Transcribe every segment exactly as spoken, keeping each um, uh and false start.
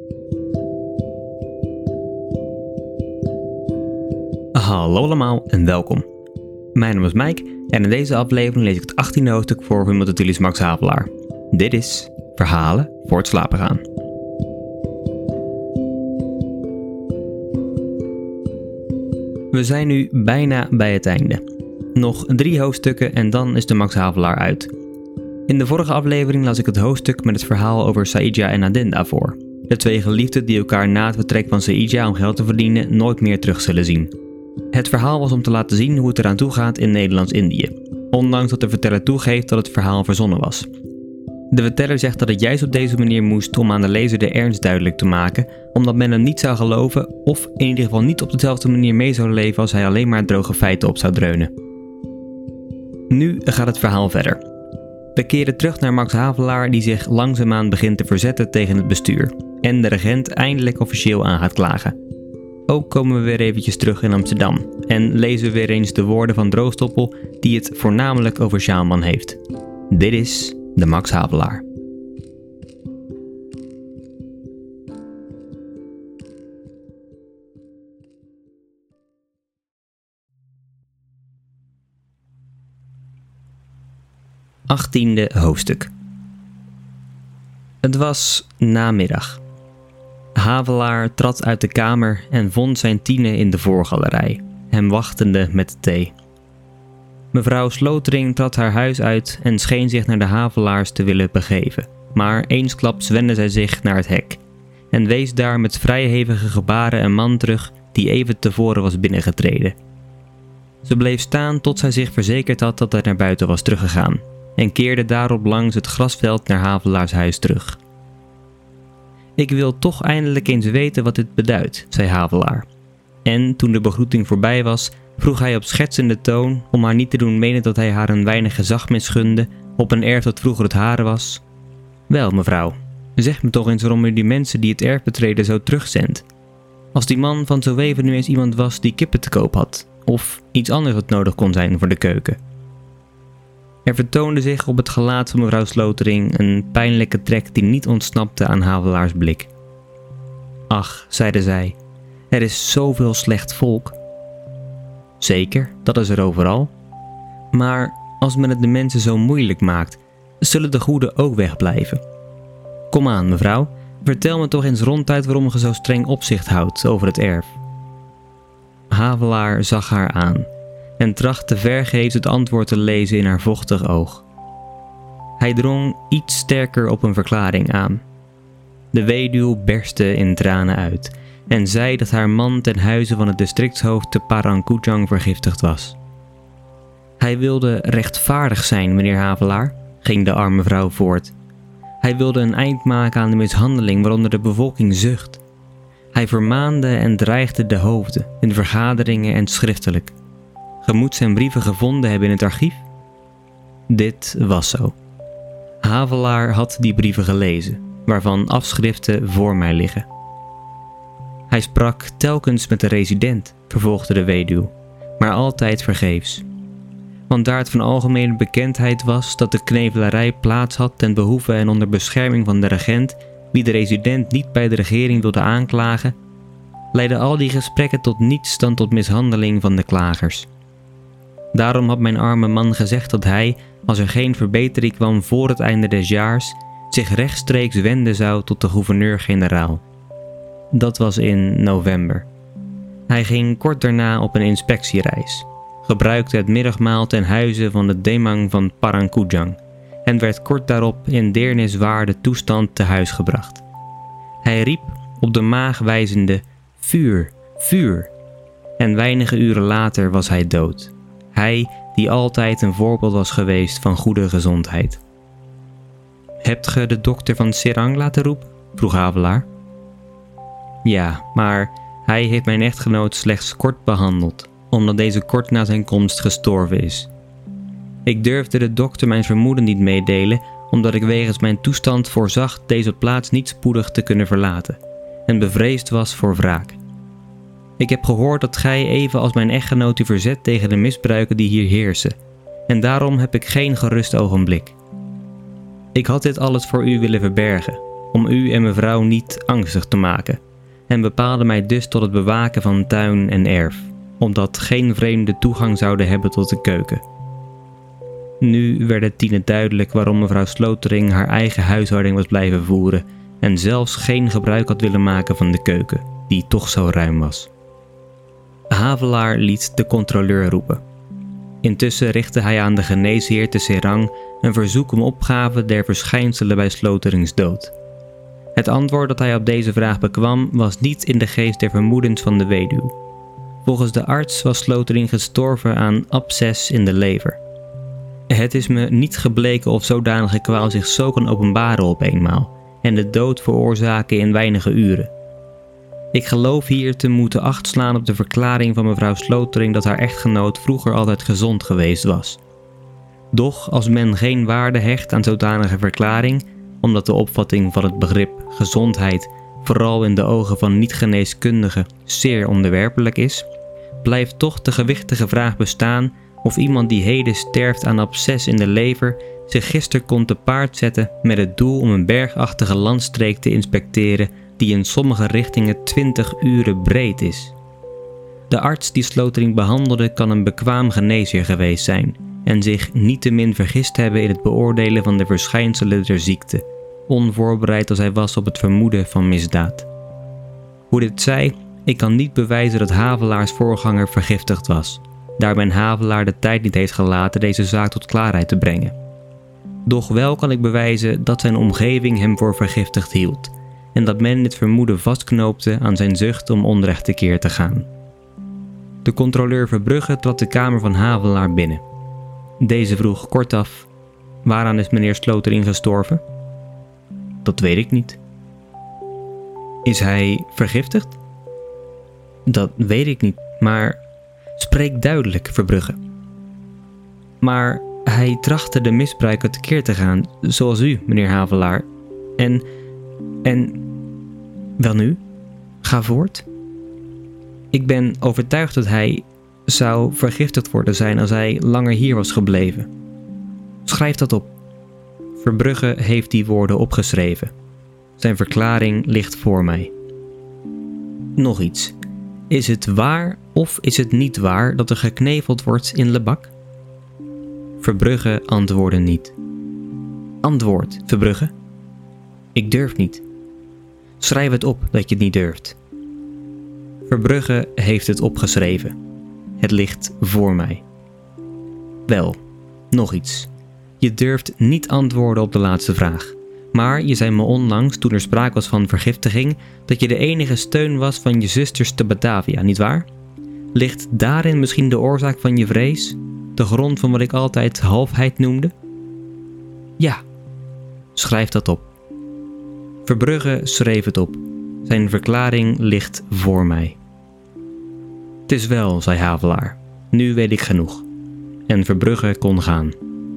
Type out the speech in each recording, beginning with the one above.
Hallo allemaal en welkom. Mijn naam is Mike en in deze aflevering lees ik het achttiende hoofdstuk voor van Multatulis Max Havelaar. Dit is Verhalen voor het slapen gaan. We zijn nu bijna bij het einde. Nog drie hoofdstukken en dan is de Max Havelaar uit. In de vorige aflevering las ik het hoofdstuk met het verhaal over Saïdja en Adinda voor. De twee geliefden die elkaar na het vertrek van Saïdja om geld te verdienen nooit meer terug zullen zien. Het verhaal was om te laten zien hoe het eraan toe gaat in Nederlands-Indië, ondanks dat de verteller toegeeft dat het verhaal verzonnen was. De verteller zegt dat het juist op deze manier moest om aan de lezer de ernst duidelijk te maken, omdat men hem niet zou geloven of in ieder geval niet op dezelfde manier mee zou leven als hij alleen maar droge feiten op zou dreunen. Nu gaat het verhaal verder. We keren terug naar Max Havelaar die zich langzaamaan begint te verzetten tegen het bestuur en de regent eindelijk officieel aan gaat klagen. Ook komen we weer eventjes terug in Amsterdam en lezen we weer eens de woorden van Droogstoppel die het voornamelijk over Sjaalman heeft. Dit is de Max Havelaar. Achttiende hoofdstuk. Het was namiddag. Havelaar trad uit de kamer en vond zijn Tine in de voorgalerij, hem wachtende met de thee. Mevrouw Slotering trad haar huis uit en scheen zich naar de Havelaars te willen begeven, maar eensklaps wendde zij zich naar het hek en wees daar met vrij hevige gebaren een man terug die even tevoren was binnengetreden. Ze bleef staan tot zij zich verzekerd had dat hij naar buiten was teruggegaan en keerde daarop langs het grasveld naar Havelaars huis terug. Ik wil toch eindelijk eens weten wat dit beduidt, zei Havelaar. En toen de begroeting voorbij was, vroeg hij op schertsende toon, om haar niet te doen menen dat hij haar een weinig gezag misgunde op een erf dat vroeger het hare was. Wel, mevrouw, zeg me toch eens waarom u die mensen die het erf betreden zo terugzendt. Als die man van zo even nu eens iemand was die kippen te koop had, of iets anders wat nodig kon zijn voor de keuken. Er vertoonde zich op het gelaat van mevrouw Slotering een pijnlijke trek die niet ontsnapte aan Havelaars blik. Ach, zeide zij, er is zoveel slecht volk. Zeker, dat is er overal. Maar als men het de mensen zo moeilijk maakt, zullen de goeden ook wegblijven. Kom aan, mevrouw, vertel me toch eens ronduit waarom ge zo streng opzicht houdt over het erf. Havelaar zag haar aan en trachtte vergeefs het antwoord te lezen in haar vochtig oog. Hij drong iets sterker op een verklaring aan. De weduw berstte in tranen uit en zei dat haar man ten huize van het districtshoofd te Parangkoedjang vergiftigd was. Hij wilde rechtvaardig zijn, meneer Havelaar, ging de arme vrouw voort. Hij wilde een eind maken aan de mishandeling waaronder de bevolking zucht. Hij vermaande en dreigde de hoofden, in vergaderingen en schriftelijk. Ge moet zijn brieven gevonden hebben in het archief? Dit was zo. Havelaar had die brieven gelezen, waarvan afschriften voor mij liggen. Hij sprak telkens met de resident, vervolgde de weduw, maar altijd vergeefs. Want daar het van algemene bekendheid was dat de knevelarij plaats had ten behoeve en onder bescherming van de regent, wie de resident niet bij de regering wilde aanklagen, leidden al die gesprekken tot niets dan tot mishandeling van de klagers. Daarom had mijn arme man gezegd dat hij, als er geen verbetering kwam voor het einde des jaars, zich rechtstreeks wenden zou tot de gouverneur-generaal. Dat was in november. Hij ging kort daarna op een inspectiereis, gebruikte het middagmaal ten huize van de Demang van Parangkoedjang en werd kort daarop in deerniswaarde toestand te huis gebracht. Hij riep op de maag wijzende: vuur, vuur! En weinige uren later was hij dood. Hij die altijd een voorbeeld was geweest van goede gezondheid. Hebt ge de dokter van Serang laten roepen? Vroeg Havelaar. Ja, maar hij heeft mijn echtgenoot slechts kort behandeld, omdat deze kort na zijn komst gestorven is. Ik durfde de dokter mijn vermoeden niet meedelen, omdat ik wegens mijn toestand voorzag deze plaats niet spoedig te kunnen verlaten en bevreesd was voor wraak. Ik heb gehoord dat gij even als mijn echtgenoot u verzet tegen de misbruiken die hier heersen, en daarom heb ik geen gerust ogenblik. Ik had dit alles voor u willen verbergen, om u en mevrouw niet angstig te maken, en bepaalde mij dus tot het bewaken van tuin en erf, omdat geen vreemden toegang zouden hebben tot de keuken. Nu werd het Tine duidelijk waarom mevrouw Slotering haar eigen huishouding was blijven voeren en zelfs geen gebruik had willen maken van de keuken, die toch zo ruim was. Havelaar liet de controleur roepen. Intussen richtte hij aan de geneesheer te Serang een verzoek om opgave der verschijnselen bij Sloterings dood. Het antwoord dat hij op deze vraag bekwam was niet in de geest der vermoedens van de weduw. Volgens de arts was Slotering gestorven aan absces in de lever. Het is me niet gebleken of zodanige kwaal zich zo kan openbaren op eenmaal en de dood veroorzaken in weinige uren. Ik geloof hier te moeten acht slaan op de verklaring van mevrouw Slotering dat haar echtgenoot vroeger altijd gezond geweest was. Doch als men geen waarde hecht aan zodanige verklaring, omdat de opvatting van het begrip gezondheid vooral in de ogen van niet-geneeskundigen zeer onderwerpelijk is, blijft toch de gewichtige vraag bestaan of iemand die heden sterft aan absces in de lever zich gisteren kon te paard zetten met het doel om een bergachtige landstreek te inspecteren die in sommige richtingen twintig uren breed is. De arts die Slotering behandelde kan een bekwaam geneesheer geweest zijn en zich niettemin vergist hebben in het beoordelen van de verschijnselen der ziekte, onvoorbereid als hij was op het vermoeden van misdaad. Hoe dit zij, ik kan niet bewijzen dat Havelaars voorganger vergiftigd was, daar men Havelaar de tijd niet heeft gelaten deze zaak tot klaarheid te brengen. Doch wel kan ik bewijzen dat zijn omgeving hem voor vergiftigd hield en dat men dit vermoeden vastknoopte aan zijn zucht om onrecht tekeer te gaan. De controleur Verbrugge trad de kamer van Havelaar binnen. Deze vroeg kortaf: waaraan is meneer Slotering gestorven? Dat weet ik niet. Is hij vergiftigd? Dat weet ik niet, maar spreek duidelijk, Verbrugge. Maar hij trachtte de misbruiken tekeer te gaan, zoals u, meneer Havelaar. En, en, welnu, ga voort. Ik ben overtuigd dat hij zou vergiftigd worden zijn als hij langer hier was gebleven. Schrijf dat op. Verbrugge heeft die woorden opgeschreven. Zijn verklaring ligt voor mij. Nog iets. Is het waar of is het niet waar dat er gekneveld wordt in Lebak? Verbrugge antwoordde niet. Antwoord, Verbrugge. Ik durf niet. Schrijf het op dat je het niet durft. Verbrugge heeft het opgeschreven. Het ligt voor mij. Wel, nog iets. Je durft niet antwoorden op de laatste vraag. Maar je zei me onlangs, toen er sprake was van vergiftiging, dat je de enige steun was van je zusters te Batavia, nietwaar? Ligt daarin misschien de oorzaak van je vrees? De grond van wat ik altijd halfheid noemde? Ja. Schrijf dat op. Verbrugge schreef het op. Zijn verklaring ligt voor mij. Het is wel, zei Havelaar. Nu weet ik genoeg. En Verbrugge kon gaan.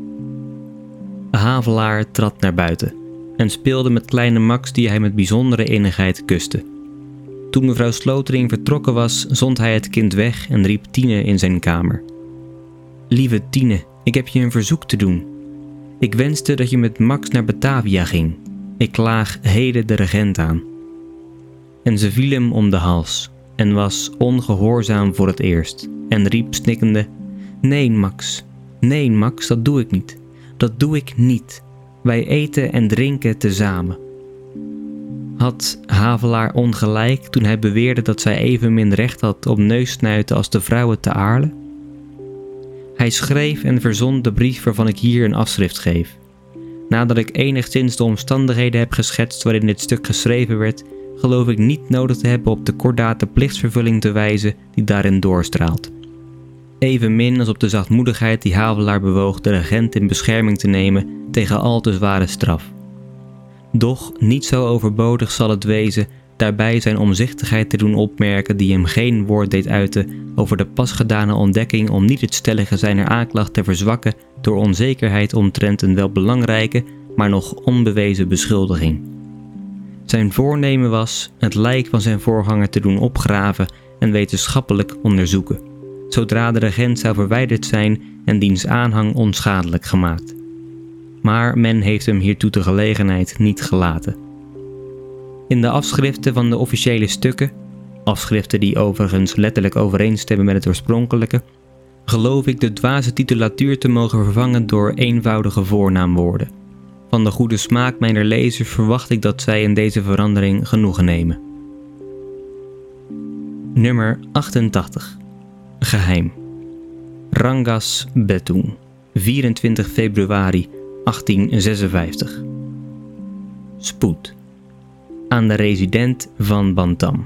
Havelaar trad naar buiten en speelde met kleine Max die hij met bijzondere innigheid kuste. Toen mevrouw Slotering vertrokken was, zond hij het kind weg en riep Tine in zijn kamer. Lieve Tine, ik heb je een verzoek te doen. Ik wenste dat je met Max naar Batavia ging. Ik klaag heden de regent aan. En ze viel hem om de hals en was ongehoorzaam voor het eerst en riep snikkende: Nee, Max, nee, Max, dat doe ik niet. Dat doe ik niet. Wij eten en drinken tezamen. Had Havelaar ongelijk toen hij beweerde dat zij evenmin recht had op neussnuiten als de vrouwen te Aarle? Hij schreef en verzond de brief waarvan ik hier een afschrift geef. Nadat ik enigszins de omstandigheden heb geschetst waarin dit stuk geschreven werd, geloof ik niet nodig te hebben op de kordate plichtsvervulling te wijzen die daarin doorstraalt. Evenmin als op de zachtmoedigheid die Havelaar bewoog de regent in bescherming te nemen tegen al te zware straf. Doch niet zo overbodig zal het wezen daarbij zijn omzichtigheid te doen opmerken die hem geen woord deed uiten over de pas gedane ontdekking om niet het stellige zijner aanklacht te verzwakken door onzekerheid omtrent een wel belangrijke, maar nog onbewezen beschuldiging. Zijn voornemen was het lijk van zijn voorganger te doen opgraven en wetenschappelijk onderzoeken, zodra de regent zou verwijderd zijn en diens aanhang onschadelijk gemaakt. Maar men heeft hem hiertoe de gelegenheid niet gelaten. In de afschriften van de officiële stukken, afschriften die overigens letterlijk overeenstemmen met het oorspronkelijke, geloof ik de dwaze titulatuur te mogen vervangen door eenvoudige voornaamwoorden. Van de goede smaak mijner lezers verwacht ik dat zij in deze verandering genoegen nemen. Nummer achtentachtig. Geheim. Rangas Betung, vierentwintig februari achttienzesenvijftig. Spoed. Aan de resident van Bantam.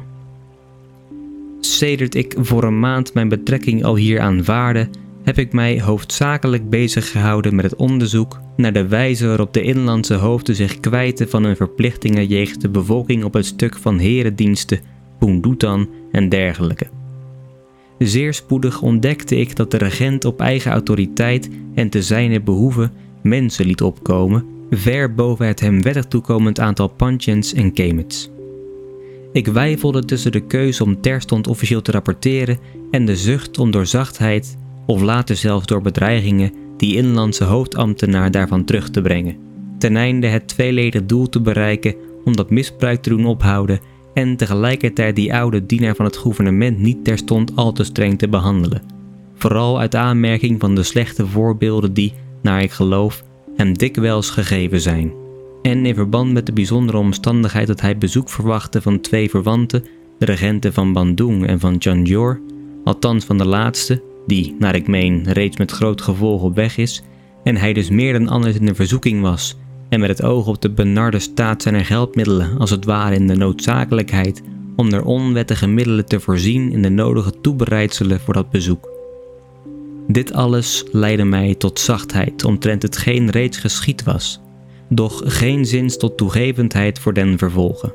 Sedert ik voor een maand mijn betrekking al hier aanvaardde, heb ik mij hoofdzakelijk bezig gehouden met het onderzoek naar de wijze waarop de inlandse hoofden zich kwijten van hun verplichtingen jegens de bevolking op het stuk van herendiensten, Poendoetan en dergelijke. Zeer spoedig ontdekte ik dat de regent op eigen autoriteit en te zijne behoeve mensen liet opkomen, ver boven het hem wettig toekomend aantal panchens en kemets. Ik weifelde tussen de keuze om terstond officieel te rapporteren en de zucht om door zachtheid, of later zelfs door bedreigingen, die inlandse hoofdambtenaar daarvan terug te brengen, ten einde het tweeledig doel te bereiken om dat misbruik te doen ophouden en tegelijkertijd die oude dienaar van het gouvernement niet terstond al te streng te behandelen, vooral uit aanmerking van de slechte voorbeelden die, naar ik geloof, hem dikwijls gegeven zijn, en in verband met de bijzondere omstandigheid dat hij bezoek verwachtte van twee verwanten, de regenten van Bandung en van Chanjor, althans van de laatste, die, naar ik meen, reeds met groot gevolg op weg is, en hij dus meer dan anders in de verzoeking was, en met het oog op de benarde staat zijner geldmiddelen als het ware in de noodzakelijkheid om er onwettige middelen te voorzien in de nodige toebereidselen voor dat bezoek. Dit alles leidde mij tot zachtheid omtrent hetgeen reeds geschied was, doch geenszins tot toegevendheid voor den vervolgen.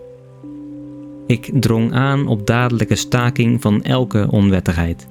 Ik drong aan op dadelijke staking van elke onwettigheid.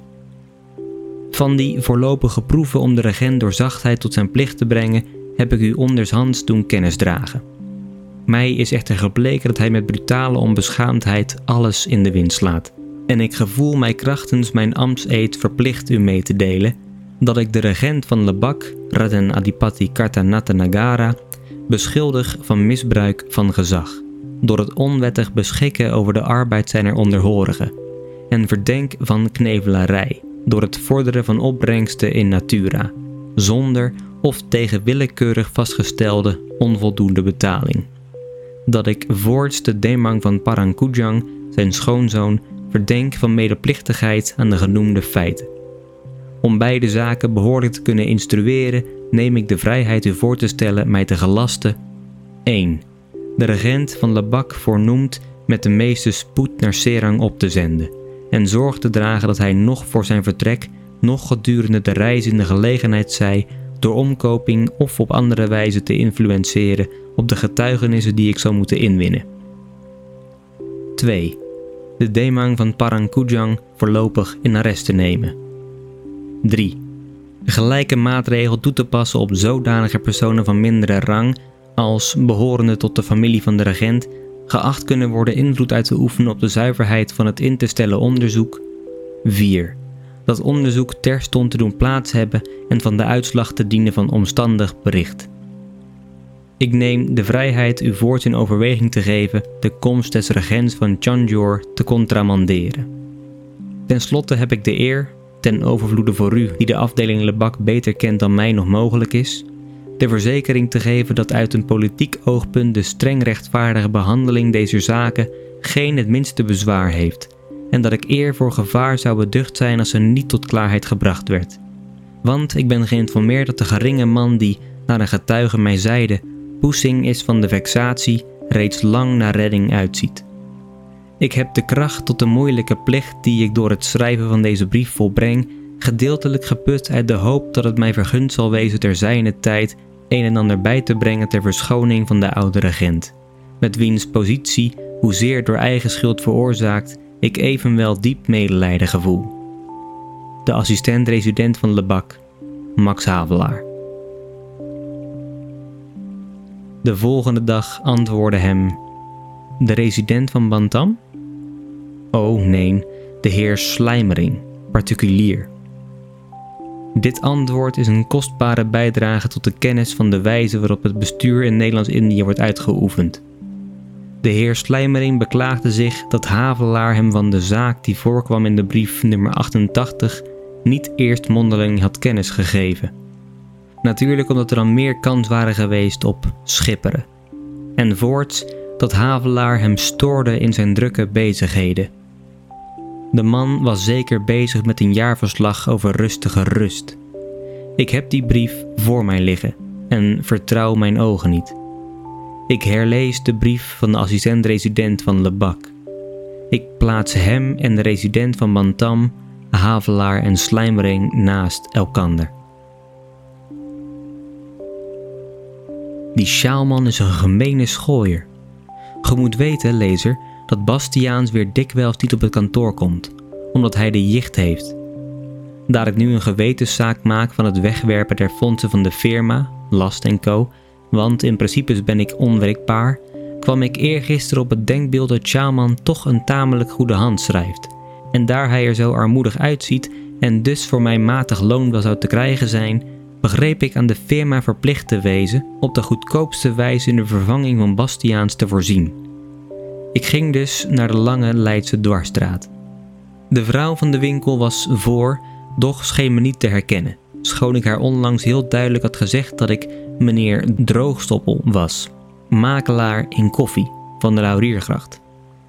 Van die voorlopige proeven om de regent door zachtheid tot zijn plicht te brengen, heb ik u ondershands doen kennis dragen. Mij is echter gebleken dat hij met brutale onbeschaamdheid alles in de wind slaat, en ik gevoel mij krachtens mijn ambtseed verplicht u mee te delen dat ik de regent van Lebak, Raden Adipati Kartanathanagara, beschuldig van misbruik van gezag, door het onwettig beschikken over de arbeid zijner onderhorigen, en verdenk van knevelarij, door het vorderen van opbrengsten in natura, zonder of tegen willekeurig vastgestelde onvoldoende betaling. Dat ik voorts de Demang van Parangkujang, zijn schoonzoon, verdenk van medeplichtigheid aan de genoemde feiten. Om beide zaken behoorlijk te kunnen instrueren, neem ik de vrijheid u voor te stellen mij te gelasten: één. De regent van Lebak voornoemt met de meeste spoed naar Serang op te zenden, en zorg te dragen dat hij nog voor zijn vertrek, nog gedurende de reis in de gelegenheid zij, door omkoping of op andere wijze te influenceren op de getuigenissen die ik zal moeten inwinnen. twee. De Demang van Parangkujang voorlopig in arrest te nemen. drie. Gelijke maatregel toe te passen op zodanige personen van mindere rang als, behorende tot de familie van de regent, geacht kunnen worden invloed uit te oefenen op de zuiverheid van het in te stellen onderzoek. vier. Dat onderzoek terstond te doen plaats hebben en van de uitslag te dienen van omstandig bericht. Ik neem de vrijheid u voorts in overweging te geven de komst des regents van Chanjor te contramanderen. Ten slotte heb ik de eer, ten overvloede voor u, die de afdeling Lebak beter kent dan mij nog mogelijk is, de verzekering te geven dat uit een politiek oogpunt de streng rechtvaardige behandeling deze zaken geen het minste bezwaar heeft, en dat ik eer voor gevaar zou beducht zijn als ze niet tot klaarheid gebracht werd. Want ik ben geïnformeerd dat de geringe man die, naar een getuige mij zeide, poesing is van de vexatie, reeds lang naar redding uitziet. Ik heb de kracht tot de moeilijke plicht die ik door het schrijven van deze brief volbreng, gedeeltelijk geput uit de hoop dat het mij vergund zal wezen ter zijner tijd een en ander bij te brengen ter verschoning van de oude regent, met wiens positie, hoezeer door eigen schuld veroorzaakt, ik evenwel diep medelijden gevoel. De assistent-resident van Lebak, Max Havelaar. De volgende dag antwoordde hem: de resident van Bantam? Oh nee, de heer Slijmering, particulier. Dit antwoord is een kostbare bijdrage tot de kennis van de wijze waarop het bestuur in Nederlands-Indië wordt uitgeoefend. De heer Slijmering beklaagde zich dat Havelaar hem van de zaak die voorkwam in de brief nummer achtentachtig niet eerst mondeling had kennis gegeven. Natuurlijk omdat er dan meer kans waren geweest op schipperen. En voorts dat Havelaar hem stoorde in zijn drukke bezigheden. De man was zeker bezig met een jaarverslag over rustige rust. Ik heb die brief voor mij liggen en vertrouw mijn ogen niet. Ik herlees de brief van de assistent-resident van Lebak. Ik plaats hem en de resident van Bantam, Havelaar en Slijmering naast elkander. Die Sjaalman is een gemene schooier. Ge moet weten, lezer, dat Bastiaans weer dikwijls niet op het kantoor komt, omdat hij de jicht heeft. Daar ik nu een gewetenszaak maak van het wegwerpen der fondsen van de firma, Last en Co., want in principe ben ik onwrikbaar, kwam ik eergisteren op het denkbeeld dat Sjaalman toch een tamelijk goede hand schrijft. En daar hij er zo armoedig uitziet en dus voor mij matig loon wel zou te krijgen zijn, begreep ik aan de firma verplicht te wezen op de goedkoopste wijze in de vervanging van Bastiaans te voorzien. Ik ging dus naar de lange Leidse dwarsstraat. De vrouw van de winkel was voor, doch scheen me niet te herkennen, schoon ik haar onlangs heel duidelijk had gezegd dat ik meneer Droogstoppel was, makelaar in koffie van de Lauriergracht.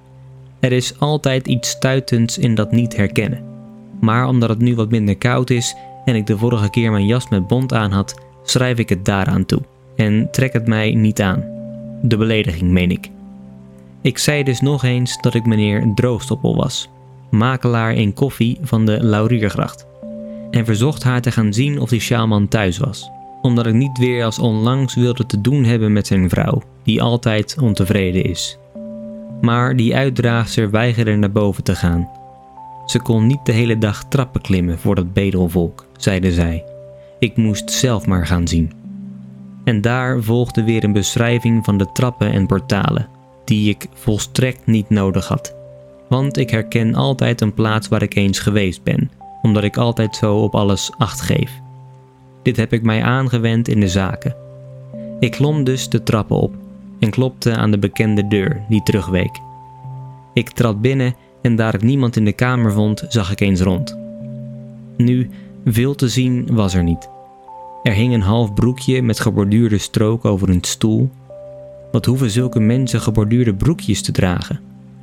Er is altijd iets stuitends in dat niet herkennen, maar omdat het nu wat minder koud is en ik de vorige keer mijn jas met bont aan had, schrijf ik het daaraan toe en trek het mij niet aan. De belediging, meen ik. Ik zei dus nog eens dat ik meneer Droogstoppel was, makelaar in koffie van de Lauriergracht, en verzocht haar te gaan zien of die Sjaalman thuis was, omdat ik niet weer als onlangs wilde te doen hebben met zijn vrouw, die altijd ontevreden is. Maar die uitdraagster weigerde naar boven te gaan. Ze kon niet de hele dag trappen klimmen voor dat bedelvolk, zeide zij. Ik moest zelf maar gaan zien. En daar volgde weer een beschrijving van de trappen en portalen, die ik volstrekt niet nodig had. Want ik herken altijd een plaats waar ik eens geweest ben, omdat ik altijd zo op alles acht geef. Dit heb ik mij aangewend in de zaken. Ik klom dus de trappen op en klopte aan de bekende deur die terugweek. Ik trad binnen en daar ik niemand in de kamer vond, zag ik eens rond. Nu, veel te zien was er niet. Er hing een half broekje met geborduurde strook over een stoel. Wat hoeven zulke mensen geborduurde broekjes te dragen?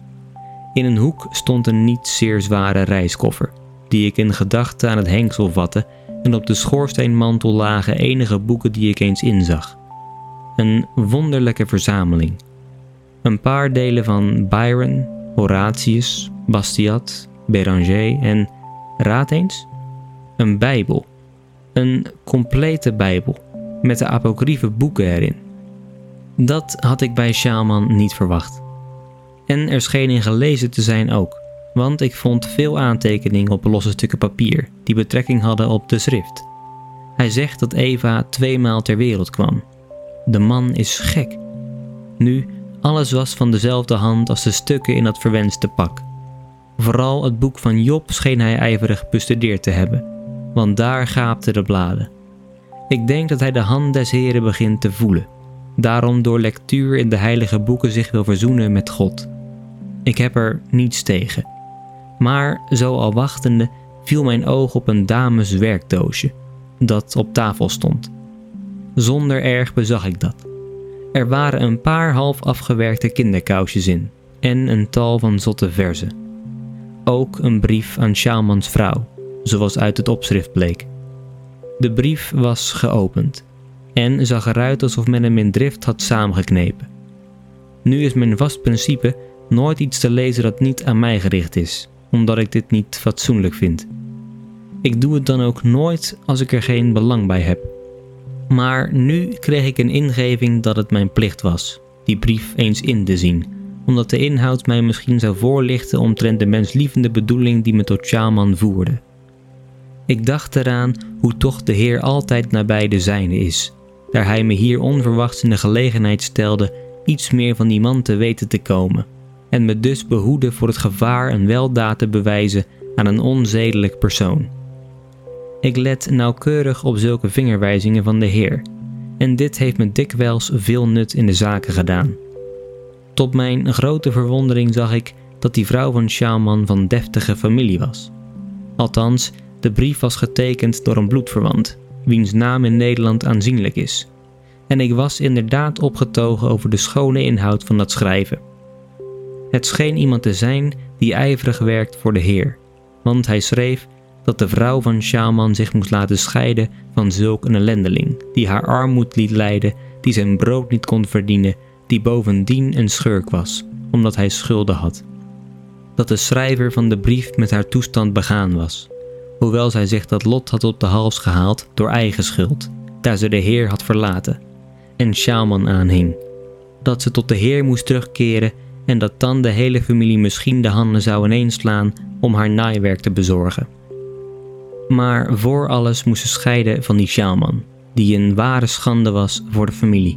In een hoek stond een niet zeer zware reiskoffer, die ik in gedachten aan het hengsel vatte, en op de schoorsteenmantel lagen enige boeken die ik eens inzag. Een wonderlijke verzameling. Een paar delen van Byron, Horatius, Bastiat, Béranger en, raad eens, een bijbel. Een complete bijbel, met de apocryfe boeken erin. Dat had ik bij Sjaalman niet verwacht. En er scheen in gelezen te zijn ook, want ik vond veel aantekeningen op losse stukken papier die betrekking hadden op de schrift. Hij zegt dat Eva tweemaal ter wereld kwam. De man is gek. Nu, alles was van dezelfde hand als de stukken in dat verwenste pak. Vooral het boek van Job scheen hij ijverig bestudeerd te hebben, want daar gaapten de bladen. Ik denk dat hij de hand des Heren begint te voelen, daarom door lectuur in de heilige boeken zich wil verzoenen met God. Ik heb er niets tegen. Maar, zo al wachtende, viel mijn oog op een dames werkdoosje, dat op tafel stond. Zonder erg bezag ik dat. Er waren een paar half afgewerkte kinderkousjes in en een tal van zotte verzen. Ook een brief aan Sjaalmans vrouw, zoals uit het opschrift bleek. De brief was geopend en zag eruit alsof men hem in drift had samengeknepen. Nu is mijn vast principe nooit iets te lezen dat niet aan mij gericht is, omdat ik dit niet fatsoenlijk vind. Ik doe het dan ook nooit als ik er geen belang bij heb. Maar nu kreeg ik een ingeving dat het mijn plicht was, die brief eens in te zien, omdat de inhoud mij misschien zou voorlichten omtrent de menslievende bedoeling die me tot Sjaalman voerde. Ik dacht eraan hoe toch de Heer altijd nabij de zijne is, daar hij me hier onverwachts in de gelegenheid stelde iets meer van die man te weten te komen, en me dus behoedde voor het gevaar een weldaad te bewijzen aan een onzedelijk persoon. Ik let nauwkeurig op zulke vingerwijzingen van de Heer, en dit heeft me dikwijls veel nut in de zaken gedaan. Tot mijn grote verwondering zag ik dat die vrouw van Sjaalman van deftige familie was. Althans, de brief was getekend door een bloedverwant, wiens naam in Nederland aanzienlijk is. En ik was inderdaad opgetogen over de schone inhoud van dat schrijven. Het scheen iemand te zijn die ijverig werkt voor de Heer, want hij schreef dat de vrouw van Sjaalman zich moest laten scheiden van zulk een ellendeling, die haar armoed liet lijden, die zijn brood niet kon verdienen, die bovendien een schurk was, omdat hij schulden had. Dat de schrijver van de brief met haar toestand begaan was, hoewel zij zich dat lot had op de hals gehaald door eigen schuld, daar ze de Heer had verlaten, en Sjaalman aanhing. Dat ze tot de Heer moest terugkeren en dat dan de hele familie misschien de handen zou ineenslaan om haar naaiwerk te bezorgen. Maar voor alles moest ze scheiden van die Sjaalman, die een ware schande was voor de familie.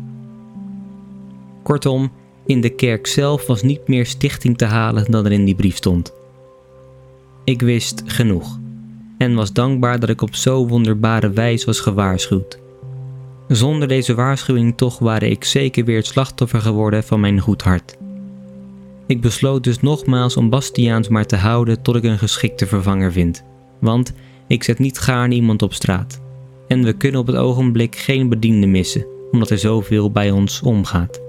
Kortom, in de kerk zelf was niet meer stichting te halen dan er in die brief stond. Ik wist genoeg en was dankbaar dat ik op zo wonderbare wijze was gewaarschuwd. Zonder deze waarschuwing toch waren ik zeker weer het slachtoffer geworden van mijn goed hart. Ik besloot dus nogmaals om Bastiaans maar te houden tot ik een geschikte vervanger vind, want ik zet niet gaarne iemand op straat. En we kunnen op het ogenblik geen bediende missen, omdat er zoveel bij ons omgaat.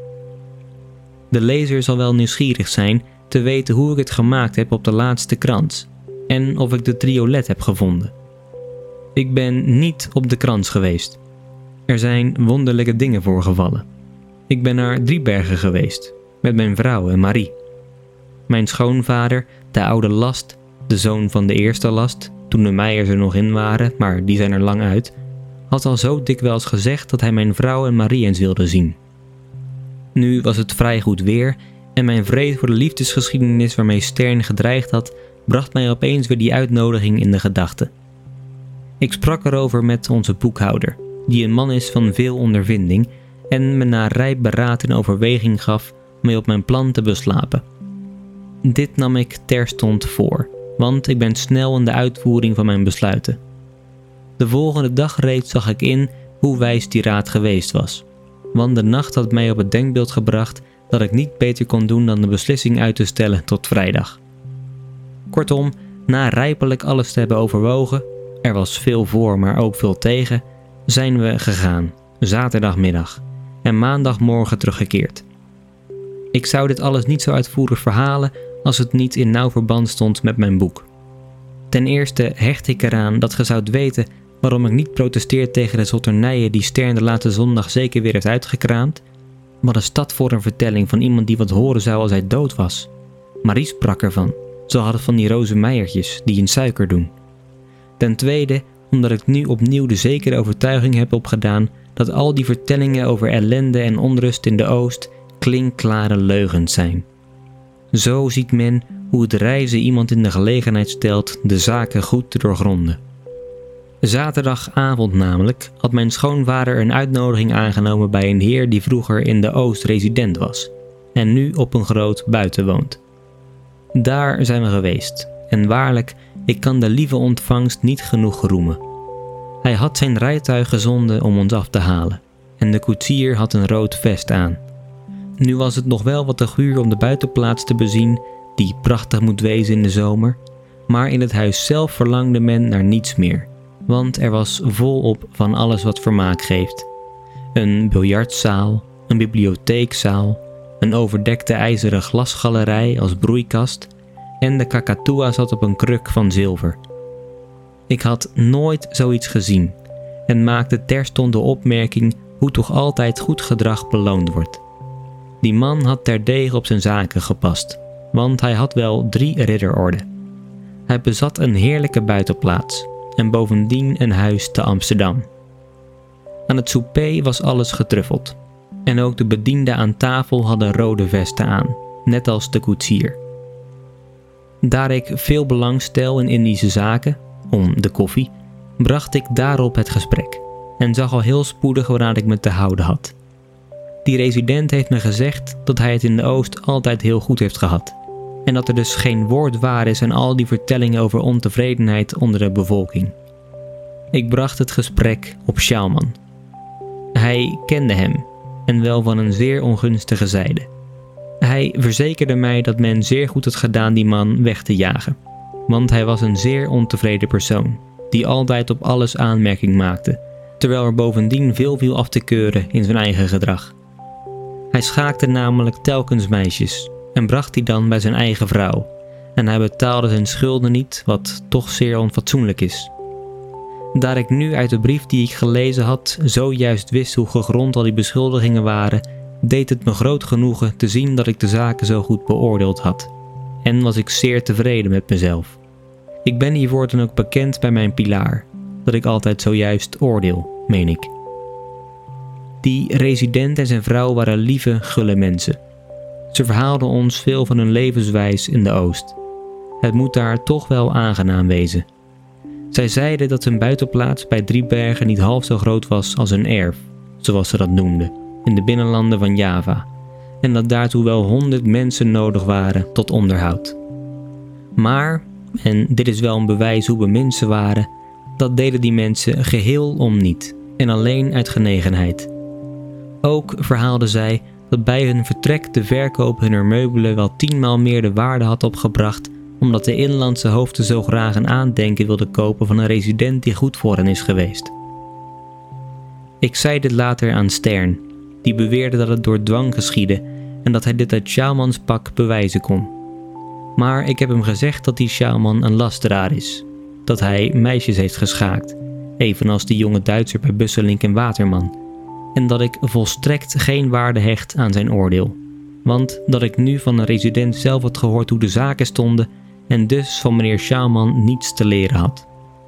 De lezer zal wel nieuwsgierig zijn te weten hoe ik het gemaakt heb op de laatste krans en of ik de triolet heb gevonden. Ik ben niet op de krans geweest. Er zijn wonderlijke dingen voorgevallen. Ik ben naar Driebergen geweest, met mijn vrouw en Marie. Mijn schoonvader, de oude Last, de zoon van de eerste Last, toen de Meijers er nog in waren, maar die zijn er lang uit, had al zo dikwijls gezegd dat hij mijn vrouw en Marie eens wilde zien. Nu was het vrij goed weer en mijn vrees voor de liefdesgeschiedenis waarmee Stern gedreigd had, bracht mij opeens weer die uitnodiging in de gedachten. Ik sprak erover met onze boekhouder, die een man is van veel ondervinding en me na rijp beraad in overweging gaf mij op mijn plan te beslapen. Dit nam ik terstond voor, want ik ben snel in de uitvoering van mijn besluiten. De volgende dag reeds zag ik in hoe wijs die raad geweest was, want de nacht had mij op het denkbeeld gebracht dat ik niet beter kon doen dan de beslissing uit te stellen tot vrijdag. Kortom, na rijpelijk alles te hebben overwogen, er was veel voor maar ook veel tegen, zijn we gegaan, zaterdagmiddag, en maandagmorgen teruggekeerd. Ik zou dit alles niet zo uitvoerig verhalen als het niet in nauw verband stond met mijn boek. Ten eerste hecht ik eraan dat ge zoudt weten waarom ik niet protesteer tegen de zotternijen die Stern de laatste zondag zeker weer heeft uitgekraamd. Wat een stad voor een vertelling van iemand die wat horen zou als hij dood was. Marie sprak ervan, zo had het van die roze meiertjes die in suiker doen. Ten tweede, omdat ik nu opnieuw de zekere overtuiging heb opgedaan dat al die vertellingen over ellende en onrust in de Oost klinkklare leugens zijn. Zo ziet men hoe het reizen iemand in de gelegenheid stelt de zaken goed te doorgronden. Zaterdagavond namelijk had mijn schoonvader een uitnodiging aangenomen bij een heer die vroeger in de Oost resident was en nu op een groot buiten woont. Daar zijn we geweest en waarlijk, ik kan de lieve ontvangst niet genoeg roemen. Hij had zijn rijtuig gezonden om ons af te halen en de koetsier had een rood vest aan. Nu was het nog wel wat te guur om de buitenplaats te bezien, die prachtig moet wezen in de zomer, maar in het huis zelf verlangde men naar niets meer, want er was volop van alles wat vermaak geeft. Een biljartzaal, een bibliotheekzaal, een overdekte ijzeren glasgalerij als broeikast en de kakatua zat op een kruk van zilver. Ik had nooit zoiets gezien en maakte terstond de opmerking hoe toch altijd goed gedrag beloond wordt. Die man had terdege op zijn zaken gepast, want hij had wel drie ridderorden. Hij bezat een heerlijke buitenplaats en bovendien een huis te Amsterdam. Aan het souper was alles getruffeld en ook de bedienden aan tafel hadden rode vesten aan, net als de koetsier. Daar ik veel belang stel in Indische zaken, om de koffie, bracht ik daarop het gesprek en zag al heel spoedig waaraan ik me te houden had. Die resident heeft me gezegd dat hij het in de Oost altijd heel goed heeft gehad en dat er dus geen woord waar is aan al die vertellingen over ontevredenheid onder de bevolking. Ik bracht het gesprek op Sjaalman. Hij kende hem en wel van een zeer ongunstige zijde. Hij verzekerde mij dat men zeer goed had gedaan die man weg te jagen, want hij was een zeer ontevreden persoon, die altijd op alles aanmerking maakte, terwijl er bovendien veel viel af te keuren in zijn eigen gedrag. Hij schaakte namelijk telkens meisjes en bracht die dan bij zijn eigen vrouw, en hij betaalde zijn schulden niet, wat toch zeer onfatsoenlijk is. Daar ik nu uit de brief die ik gelezen had zojuist wist hoe gegrond al die beschuldigingen waren, deed het me groot genoegen te zien dat ik de zaken zo goed beoordeeld had, en was ik zeer tevreden met mezelf. Ik ben hiervoor dan ook bekend bij mijn pilaar, dat ik altijd zojuist oordeel, meen ik. Die resident en zijn vrouw waren lieve, gulle mensen. Ze verhaalden ons veel van hun levenswijs in de Oost. Het moet daar toch wel aangenaam wezen. Zij zeiden dat hun buitenplaats bij Driebergen niet half zo groot was als hun erf, zoals ze dat noemden, in de binnenlanden van Java, en dat daartoe wel honderd mensen nodig waren tot onderhoud. Maar, en dit is wel een bewijs hoe bemind ze waren, dat deden die mensen geheel om niet, en alleen uit genegenheid. Ook verhaalden zij dat bij hun vertrek de verkoop hunner meubelen wel tienmaal meer de waarde had opgebracht, omdat de inlandse hoofden zo graag een aandenken wilden kopen van een resident die goed voor hen is geweest. Ik zei dit later aan Stern, die beweerde dat het door dwang geschiedde en dat hij dit uit Sjaalmans pak bewijzen kon. Maar ik heb hem gezegd dat die Sjaalman een lasteraar is, dat hij meisjes heeft geschaakt, evenals die jonge Duitser bij Busselink en Waterman, en dat ik volstrekt geen waarde hecht aan zijn oordeel, want dat ik nu van een resident zelf had gehoord hoe de zaken stonden en dus van meneer Sjaalman niets te leren had.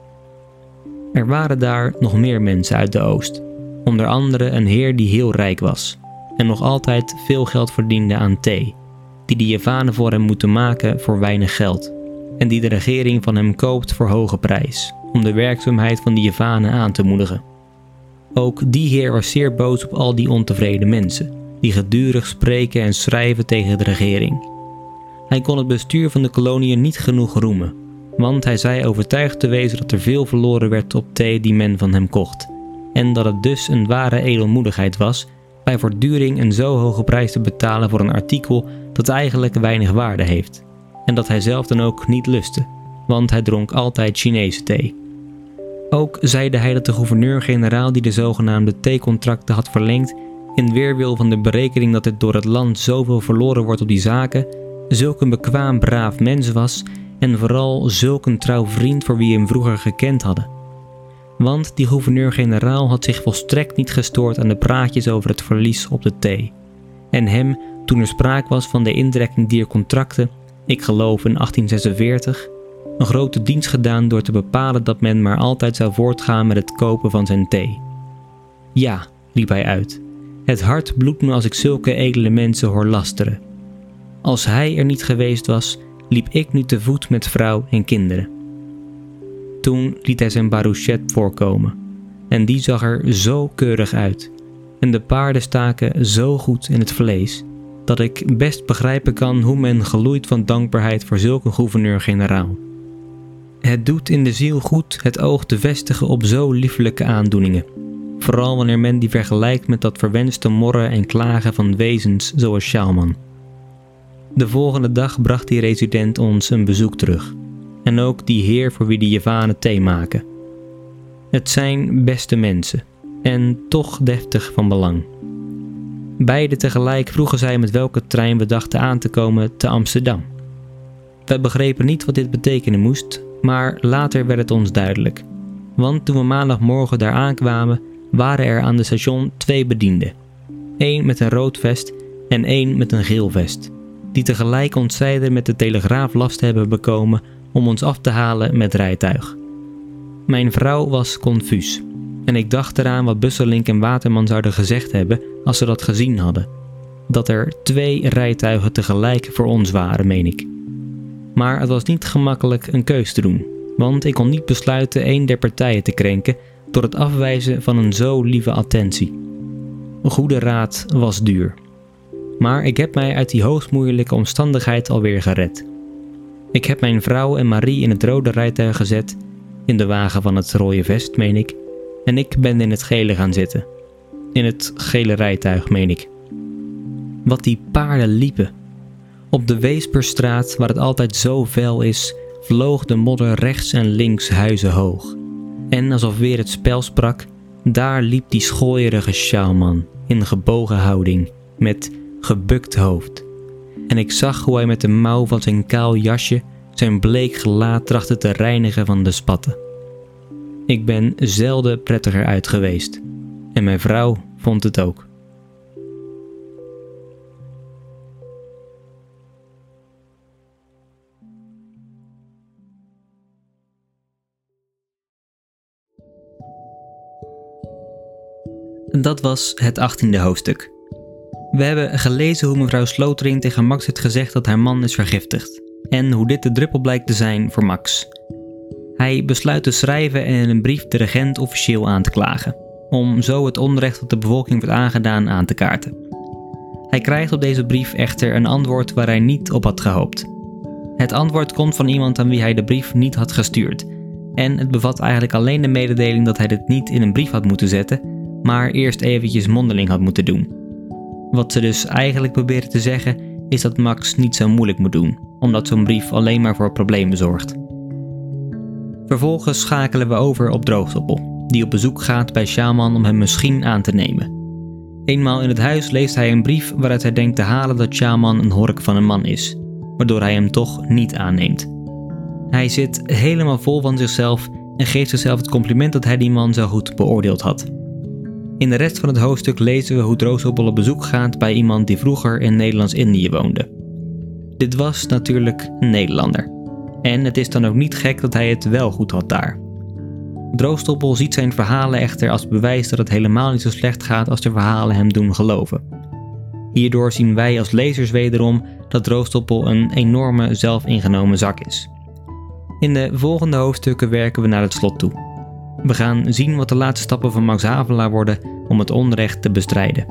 Er waren daar nog meer mensen uit de Oost, onder andere een heer die heel rijk was en nog altijd veel geld verdiende aan thee, die de Javanen voor hem moeten maken voor weinig geld en die de regering van hem koopt voor hoge prijs, om de werkzaamheid van de Javanen aan te moedigen. Ook die heer was zeer boos op al die ontevreden mensen, die gedurig spreken en schrijven tegen de regering. Hij kon het bestuur van de koloniën niet genoeg roemen, want hij zei overtuigd te wezen dat er veel verloren werd op thee die men van hem kocht, en dat het dus een ware edelmoedigheid was bij voortduring een zo hoge prijs te betalen voor een artikel dat eigenlijk weinig waarde heeft, en dat hij zelf dan ook niet lustte, want hij dronk altijd Chinese thee. Ook zeide hij dat de gouverneur-generaal die de zogenaamde theecontracten had verlengd, in weerwil van de berekening dat het door het land zoveel verloren wordt op die zaken, zulk een bekwaam braaf mens was en vooral zulk een trouw vriend voor wie hem vroeger gekend hadden. Want die gouverneur-generaal had zich volstrekt niet gestoord aan de praatjes over het verlies op de thee. En hem, toen er sprake was van de intrekking dier contracten, ik geloof in achttien zesenveertig, een grote dienst gedaan door te bepalen dat men maar altijd zou voortgaan met het kopen van zijn thee. Ja, riep hij uit, het hart bloedt me als ik zulke edele mensen hoor lasteren. Als hij er niet geweest was, liep ik nu te voet met vrouw en kinderen. Toen liet hij zijn barouchet voorkomen, en die zag er zo keurig uit, en de paarden staken zo goed in het vlees, dat ik best begrijpen kan hoe men geloeit van dankbaarheid voor zulk een gouverneur-generaal. Het doet in de ziel goed het oog te vestigen op zo liefelijke aandoeningen, vooral wanneer men die vergelijkt met dat verwenste morren en klagen van wezens zoals Sjaalman. De volgende dag bracht die resident ons een bezoek terug, en ook die heer voor wie de Javanen thee maken. Het zijn beste mensen, en toch deftig van belang. Beiden tegelijk vroegen zij met welke trein we dachten aan te komen te Amsterdam. Wij begrepen niet wat dit betekenen moest, maar later werd het ons duidelijk. Want toen we maandagmorgen daar aankwamen, waren er aan de station twee bedienden. Eén met een rood vest en één met een geel vest, die tegelijk ons zeiden met de telegraaf last te hebben bekomen om ons af te halen met rijtuig. Mijn vrouw was confuus, en ik dacht eraan wat Busselink en Waterman zouden gezegd hebben als ze dat gezien hadden. Dat er twee rijtuigen tegelijk voor ons waren, meen ik. Maar het was niet gemakkelijk een keus te doen, want ik kon niet besluiten één der partijen te krenken door het afwijzen van een zo lieve attentie. Een goede raad was duur. Maar ik heb mij uit die hoogst moeilijke omstandigheid alweer gered. Ik heb mijn vrouw en Marie in het rode rijtuig gezet, in de wagen van het rode vest, meen ik, en ik ben in het gele gaan zitten. In het gele rijtuig, meen ik. Wat die paarden liepen, Op de Weesperstraat, waar het altijd zo vuil is, vloog de modder rechts en links huizenhoog. En alsof weer het spel sprak, daar liep die schooierige sjaalman in gebogen houding, met gebukt hoofd. En ik zag hoe hij met de mouw van zijn kaal jasje zijn bleek gelaat trachtte te reinigen van de spatten. Ik ben zelden prettiger uit geweest. En mijn vrouw vond het ook. Dat was het achttiende hoofdstuk. We hebben gelezen hoe mevrouw Slotering tegen Max heeft gezegd dat haar man is vergiftigd. En hoe dit de druppel blijkt te zijn voor Max. Hij besluit te schrijven en in een brief de regent officieel aan te klagen. Om zo het onrecht dat de bevolking wordt aangedaan aan te kaarten. Hij krijgt op deze brief echter een antwoord waar hij niet op had gehoopt. Het antwoord komt van iemand aan wie hij de brief niet had gestuurd. En het bevat eigenlijk alleen de mededeling dat hij dit niet in een brief had moeten zetten, maar eerst eventjes mondeling had moeten doen. Wat ze dus eigenlijk proberen te zeggen is dat Max niet zo moeilijk moet doen, omdat zo'n brief alleen maar voor problemen zorgt. Vervolgens schakelen we over op Droogstoppel, die op bezoek gaat bij Sjaalman om hem misschien aan te nemen. Eenmaal in het huis leest hij een brief waaruit hij denkt te halen dat Sjaalman een hork van een man is, waardoor hij hem toch niet aanneemt. Hij zit helemaal vol van zichzelf en geeft zichzelf het compliment dat hij die man zo goed beoordeeld had. In de rest van het hoofdstuk lezen we hoe Droogstoppel op bezoek gaat bij iemand die vroeger in Nederlands-Indië woonde. Dit was natuurlijk een Nederlander. En het is dan ook niet gek dat hij het wel goed had daar. Droogstoppel ziet zijn verhalen echter als bewijs dat het helemaal niet zo slecht gaat als de verhalen hem doen geloven. Hierdoor zien wij als lezers wederom dat Droogstoppel een enorme zelfingenomen zak is. In de volgende hoofdstukken werken we naar het slot toe. We gaan zien wat de laatste stappen van Max Havelaar worden om het onrecht te bestrijden.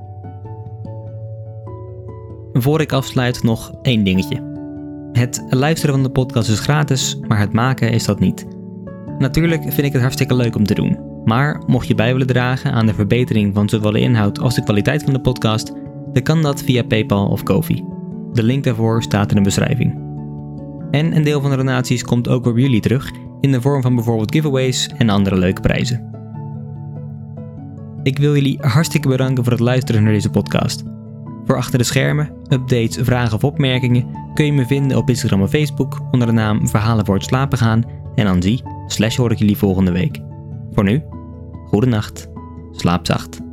Voor ik afsluit nog één dingetje. Het luisteren van de podcast is gratis, maar het maken is dat niet. Natuurlijk vind ik het hartstikke leuk om te doen. Maar mocht je bij willen dragen aan de verbetering van zowel de inhoud als de kwaliteit van de podcast, dan kan dat via PayPal of Ko-fi. De link daarvoor staat in de beschrijving. En een deel van de donaties komt ook weer bij jullie terug, in de vorm van bijvoorbeeld giveaways en andere leuke prijzen. Ik wil jullie hartstikke bedanken voor het luisteren naar deze podcast. Voor achter de schermen, updates, vragen of opmerkingen kun je me vinden op Instagram en Facebook onder de naam Verhalen voor het slapen gaan en dan zie, slash hoor ik jullie volgende week. Voor nu, goedenacht, slaap zacht.